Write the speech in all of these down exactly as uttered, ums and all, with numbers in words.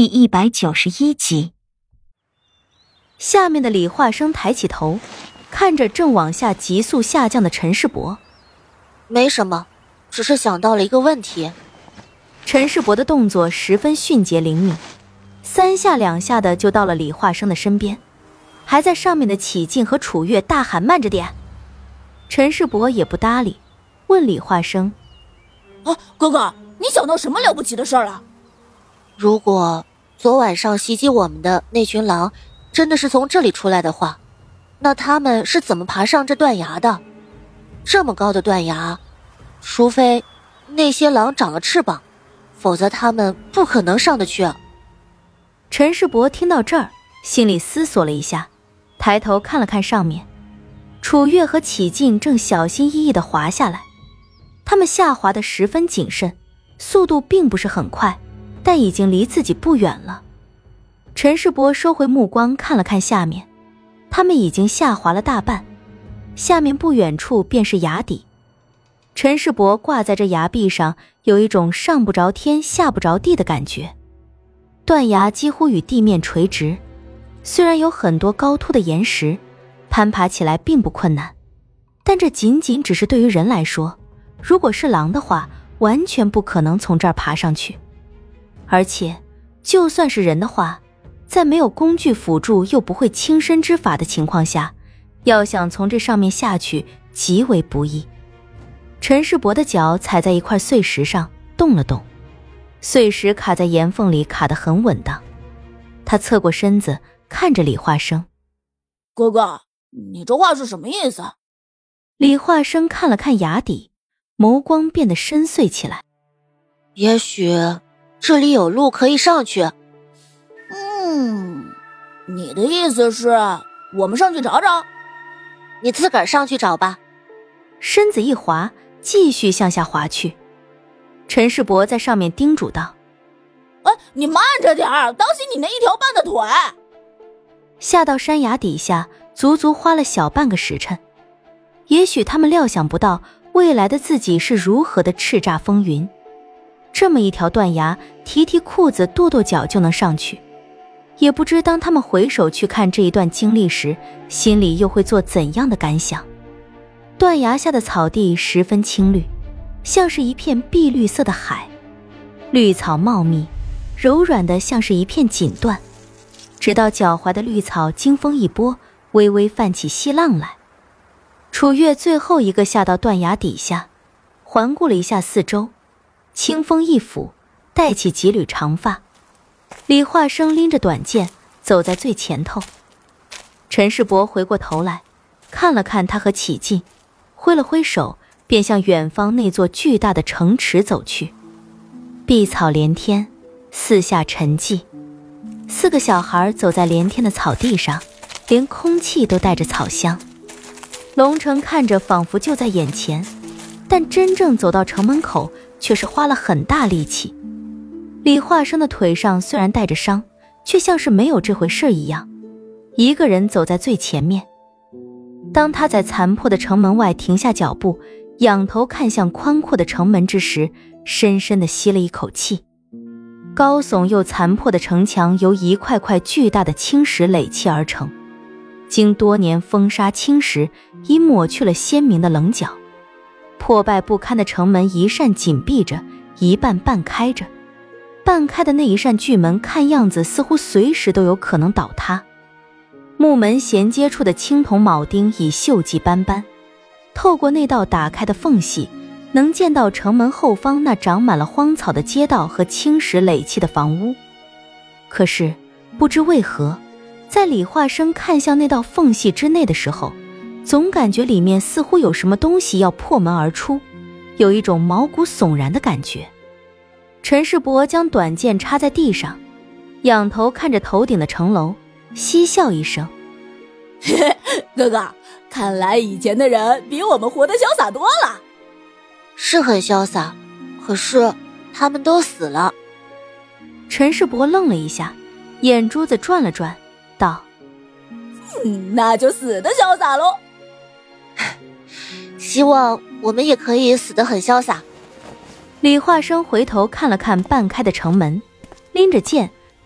第一百九十一集。 下面的李化生抬起头，看着正往下急速下降的陈世伯。 没什么，只是想到了一个问题。 陈世伯的动作十分迅捷灵敏，三下两下的就到了李化生的身边，还在上面的启静和楚月大喊慢着点。陈世伯也不搭理，问李化生： 啊，哥哥，你想到什么了不起的事儿了？ 如果昨晚上袭击我们的那群狼真的是从这里出来的话，那他们是怎么爬上这断崖的？这么高的断崖，除非那些狼长了翅膀，否则他们不可能上得去。 陈世伯听到这儿，心里思索了一下，抬头看了看上面，楚月和启静正小心翼翼地滑下来，他们下滑得十分谨慎，速度并不是很快，但已经离自己不远了。陈世伯收回目光看了看下面，他们已经下滑了大半，下面不远处便是崖底。陈世伯挂在这崖壁上，有一种上不着天下不着地的感觉。断崖几乎与地面垂直，虽然有很多高凸的岩石，攀爬起来并不困难，但这仅仅只是对于人来说，如果是狼的话，完全不可能从这儿爬上去。而且就算是人的话，在没有工具辅助又不会轻身之法的情况下，要想从这上面下去极为不易。陈世伯的脚踩在一块碎石上动了动，碎石卡在岩缝里，卡得很稳当。他侧过身子看着李化生： 哥哥，你这话是什么意思？ 李化生看了看崖底，眸光变得深邃起来。 也许这里有路可以上去。 嗯，你的意思是我们上去找找？ 你自个儿上去找吧。 身子一滑，继续向下滑去。陈世伯在上面叮嘱道： 哎，你慢着点儿，当心你那一条半的腿。 下到山崖底下，足足花了小半个时辰。也许他们料想不到未来的自己是如何的叱咤风云。这么一条断崖，提提裤子跺跺脚就能上去，也不知当他们回首去看这一段经历时，心里又会做怎样的感想。断崖下的草地十分青绿，像是一片碧绿色的海，绿草茂密，柔软的像是一片锦缎，直到脚踝的绿草经风一拨，微微泛起细浪来。楚月最后一个下到断崖底下，环顾了一下四周，清风一拂，带起几缕长发。李化生拎着短剑走在最前头。陈世伯回过头来看了看他和启静，挥了挥手，便向远方那座巨大的城池走去。碧草连天，四下沉寂。四个小孩走在连天的草地上，连空气都带着草香。龙城看着仿佛就在眼前，但真正走到城门口却是花了很大力气。李化生的腿上虽然带着伤，却像是没有这回事一样，一个人走在最前面。当他在残破的城门外停下脚步，仰头看向宽阔的城门之时，深深地吸了一口气。高耸又残破的城墙由一块块巨大的青石垒砌而成，经多年风沙侵蚀，已抹去了鲜明的棱角。破败不堪的城门一扇紧闭着，一半半开着，半开的那一扇巨门看样子似乎随时都有可能倒塌。木门衔接处的青铜铆钉已锈迹斑斑，透过那道打开的缝隙，能见到城门后方那长满了荒草的街道和青石垒砌的房屋。可是不知为何，在李化生看向那道缝隙之内的时候，总感觉里面似乎有什么东西要破门而出，有一种毛骨悚然的感觉。陈世伯将短剑插在地上，仰头看着头顶的城楼，嬉笑一声： 哥哥，看来以前的人比我们活得潇洒多了。 是很潇洒，可是他们都死了。 陈世伯愣了一下，眼珠子转了转，道： 嗯，那就死得潇洒咯。 希望我们也可以死得很潇洒。 李化生回头看了看半开的城门，拎着剑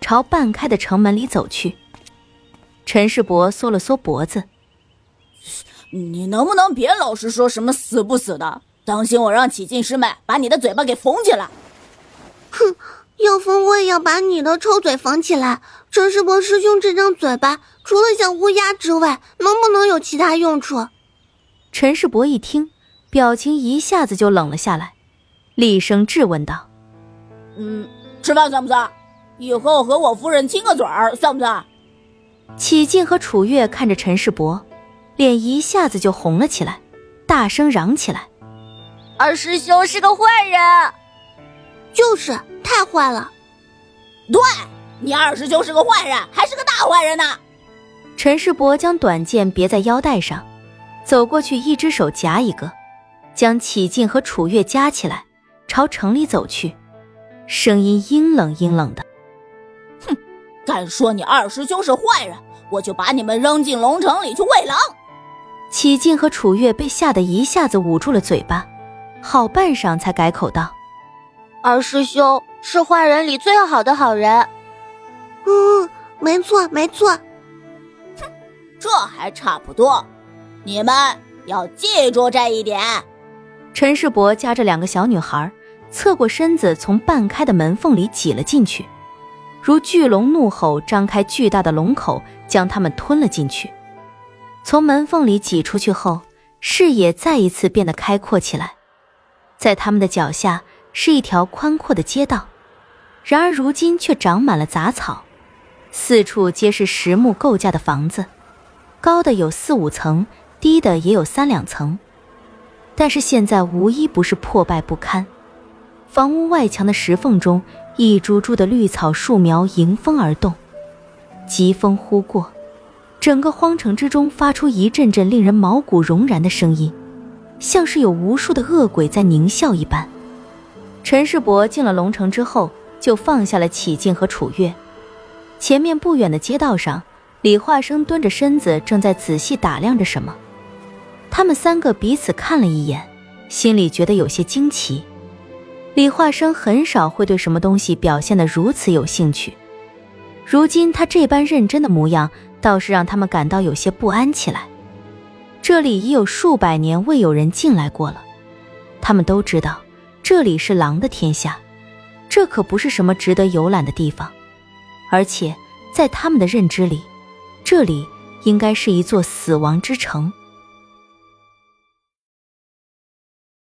朝半开的城门里走去。陈世伯缩了缩脖子， 你能不能别老是说什么死不死的，当心我让启进师妹把你的嘴巴给缝起来。 哼，要缝我也要把你的臭嘴缝起来。陈世伯师兄这张嘴巴除了像乌鸦之外，能不能有其他用处？ 陈世伯一听，表情一下子就冷了下来，厉声质问道： 嗯，吃饭算不算？以后和我夫人亲个嘴儿算不算？ 启进和楚月看着陈世伯，脸一下子就红了起来，大声嚷起来： 二师兄是个坏人！就是太坏了。 对，你二师兄是个坏人，还是个大坏人呢。 陈世伯将短剑别在腰带上，走过去一只手夹一个，将启进和楚月夹起来，朝城里走去，声音阴冷阴冷的： 哼，敢说你二师兄是坏人，我就把你们扔进龙城里去喂狼。 启进和楚月被吓得一下子捂住了嘴巴，好半晌才改口道： 二师兄是坏人里最好的好人。嗯，没错没错。 哼，这还差不多，你们要记住这一点。 陈世伯夹着两个小女孩，侧过身子从半开的门缝里挤了进去，如巨龙怒吼，张开巨大的龙口将他们吞了进去。从门缝里挤出去后，视野再一次变得开阔起来，在他们的脚下是一条宽阔的街道，然而如今却长满了杂草，四处皆是实木构架的房子，高的有四五层，低的也有三两层，但是现在无一不是破败不堪。房屋外墙的石缝中，一株株的绿草树苗迎风而动，疾风呼过，整个荒城之中发出一阵阵令人毛骨悚然的声音，像是有无数的恶鬼在狞笑一般。陈世伯进了龙城之后，就放下了启进和楚月。前面不远的街道上，李化生蹲着身子，正在仔细打量着什么。他们三个彼此看了一眼，心里觉得有些惊奇。李化生很少会对什么东西表现得如此有兴趣，如今他这般认真的模样，倒是让他们感到有些不安起来。这里已有数百年未有人进来过了，他们都知道这里是狼的天下，这可不是什么值得游览的地方，而且在他们的认知里，这里应该是一座死亡之城。